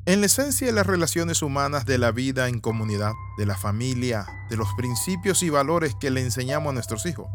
En la esencia de las relaciones humanas, de la vida en comunidad, de la familia, de los principios y valores que le enseñamos a nuestros hijos,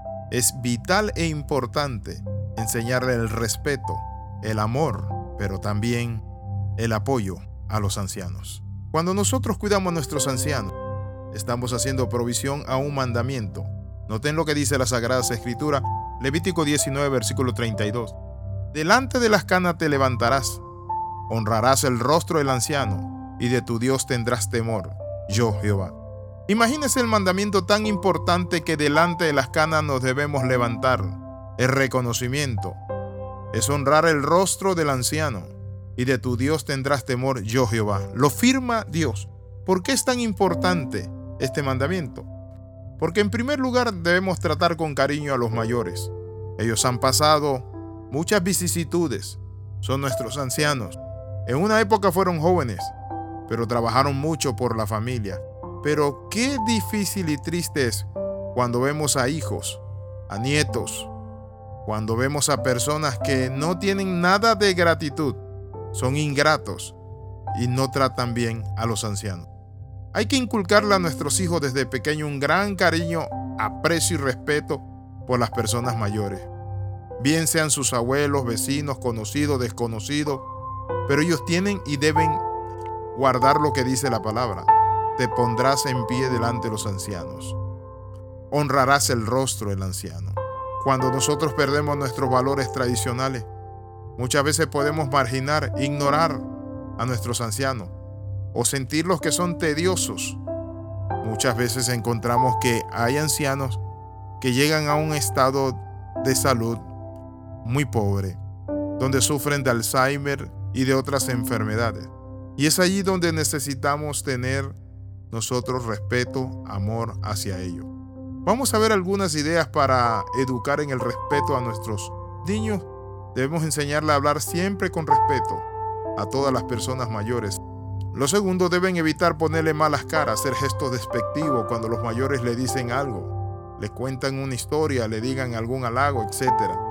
es vital e importante enseñarle el respeto, el amor, pero también el apoyo a los ancianos. Cuando nosotros cuidamos a nuestros ancianos, estamos haciendo provisión a un mandamiento. Noten lo que dice la Sagrada Escritura, Levítico 19, versículo 32. Delante de las canas te levantarás, honrarás el rostro del anciano, y de tu Dios tendrás temor, yo Jehová. Imagínese el mandamiento tan importante que delante de las canas nos debemos levantar. El reconocimiento es honrar el rostro del anciano, y de tu Dios tendrás temor, yo Jehová. Lo firma Dios. ¿Por qué es tan importante este mandamiento? Porque en primer lugar debemos tratar con cariño a los mayores. Ellos han pasado muchas vicisitudes, son nuestros ancianos. En una época fueron jóvenes, pero trabajaron mucho por la familia. Pero qué difícil y triste es cuando vemos a hijos, a nietos, cuando vemos a personas que no tienen nada de gratitud, son ingratos y no tratan bien a los ancianos. Hay que inculcarle a nuestros hijos desde pequeño un gran cariño, aprecio y respeto por las personas mayores. Bien sean sus abuelos, vecinos, conocidos, desconocidos, pero ellos tienen y deben guardar lo que dice la palabra. Te pondrás en pie delante de los ancianos. Honrarás el rostro del anciano. Cuando nosotros perdemos nuestros valores tradicionales, muchas veces podemos marginar, ignorar a nuestros ancianos o sentirlos que son tediosos. Muchas veces encontramos que hay ancianos que llegan a un estado de salud muy pobre, donde sufren de Alzheimer y de otras enfermedades. Y es allí donde necesitamos tener nosotros respeto, amor hacia ellos. Vamos a ver algunas ideas para educar en el respeto a nuestros niños. Debemos enseñarle a hablar siempre con respeto a todas las personas mayores. Lo segundo, deben evitar ponerle malas caras, hacer gestos despectivos cuando los mayores le dicen algo, le cuentan una historia, le digan algún halago, etc.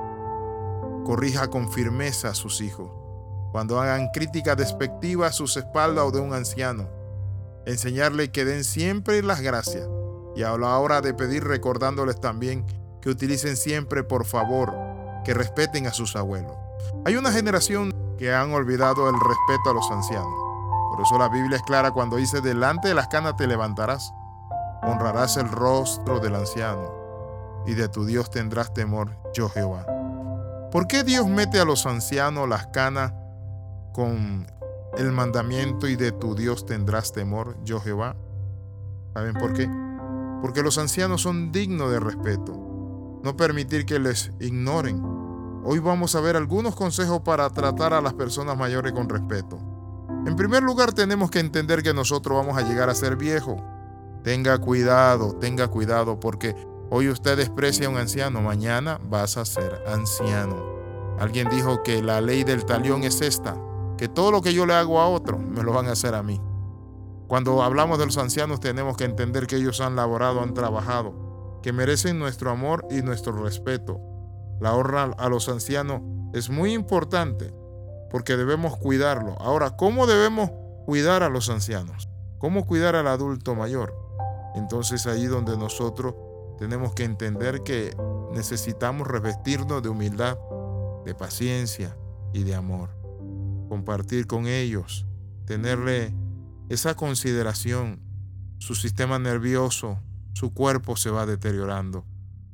Corrija con firmeza a sus hijos cuando hagan críticas despectivas a sus espaldas o de un anciano. Enseñarle que den siempre las gracias y a la hora de pedir recordándoles también que utilicen siempre por favor, que respeten a sus abuelos. Hay una generación que han olvidado el respeto a los ancianos. Por eso la Biblia es clara cuando dice: delante de las canas te levantarás, honrarás el rostro del anciano, y de tu Dios tendrás temor, yo Jehová. ¿Por qué Dios mete a los ancianos las canas con el mandamiento y de tu Dios tendrás temor, yo Jehová? ¿Saben por qué? Porque los ancianos son dignos de respeto. No permitir que les ignoren. Hoy vamos a ver algunos consejos para tratar a las personas mayores con respeto. En primer lugar, tenemos que entender que nosotros vamos a llegar a ser viejos. Tenga cuidado, porque hoy usted desprecia a un anciano, mañana vas a ser anciano. Alguien dijo que la ley del talión es esta, que todo lo que yo le hago a otro, me lo van a hacer a mí. Cuando hablamos de los ancianos, tenemos que entender que ellos han laborado, han trabajado, que merecen nuestro amor y nuestro respeto. La honra a los ancianos es muy importante porque debemos cuidarlo. Ahora, ¿cómo debemos cuidar a los ancianos? ¿Cómo cuidar al adulto mayor? Entonces, ahí donde nosotros tenemos que entender que necesitamos revestirnos de humildad, de paciencia y de amor. Compartir con ellos, tenerle esa consideración. Su sistema nervioso, su cuerpo se va deteriorando.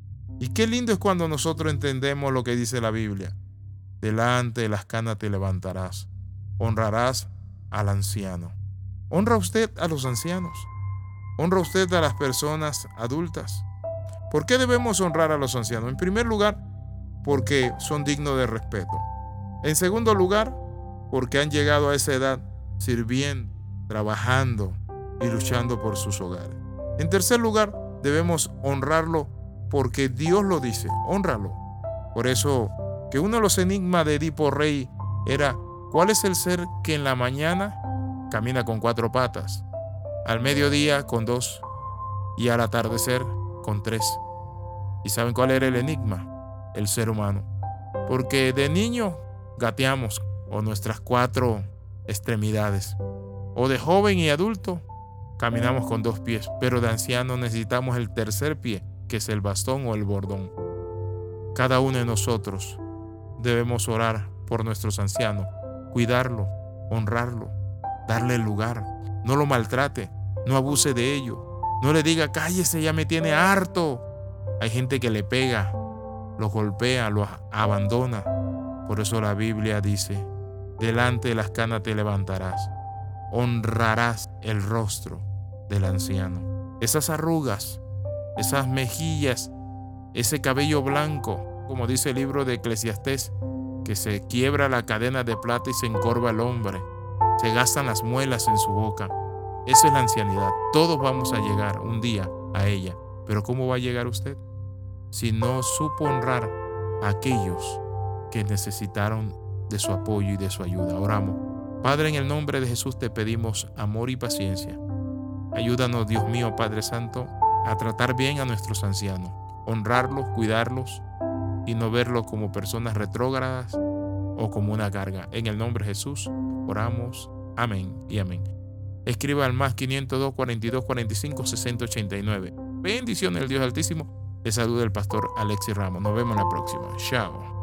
Y qué lindo es cuando nosotros entendemos lo que dice la Biblia. Delante de las canas te levantarás, honrarás al anciano. ¿Honra usted a los ancianos? ¿Honra usted a las personas adultas? ¿Por qué debemos honrar a los ancianos? En primer lugar, porque son dignos de respeto. En segundo lugar, porque han llegado a esa edad sirviendo, trabajando y luchando por sus hogares. En tercer lugar, debemos honrarlo porque Dios lo dice, hónralo. Por eso, que uno de los enigmas de Edipo Rey era: ¿cuál es el ser que en la mañana camina con 4 patas, al mediodía con 2 y al atardecer con 3? ¿Y saben cuál era el enigma? El ser humano. Porque de niño gateamos, o nuestras 4 extremidades. O de joven y adulto, caminamos con 2 pies, pero de anciano necesitamos el tercer pie, que es el bastón o el bordón. Cada uno de nosotros debemos orar por nuestros ancianos, cuidarlo, honrarlo, darle el lugar. No lo maltrate, no abuse de ello, no le diga cállese, ya me tiene harto. Hay gente que le pega, lo golpea, lo abandona. Por eso la Biblia dice: delante de las canas te levantarás, honrarás el rostro del anciano. Esas arrugas, esas mejillas, ese cabello blanco, como dice el libro de Eclesiastés, que se quiebra la cadena de plata y se encorva el hombre, se gastan las muelas en su boca. Esa es la ancianidad. Todos vamos a llegar un día a ella, pero ¿cómo va a llegar usted? Si no supo honrar a aquellos que necesitaron de su apoyo y de su ayuda. Oramos. Padre, en el nombre de Jesús te pedimos amor y paciencia. Ayúdanos, Dios mío, Padre Santo, a tratar bien a nuestros ancianos, honrarlos, cuidarlos y no verlos como personas retrógradas o como una carga. En el nombre de Jesús oramos. Amén y amén. Escriba al más 502 42 45 60 89. Bendiciones del Dios Altísimo. Le saluda el pastor Alexis Ramos. Nos vemos la próxima. Chao.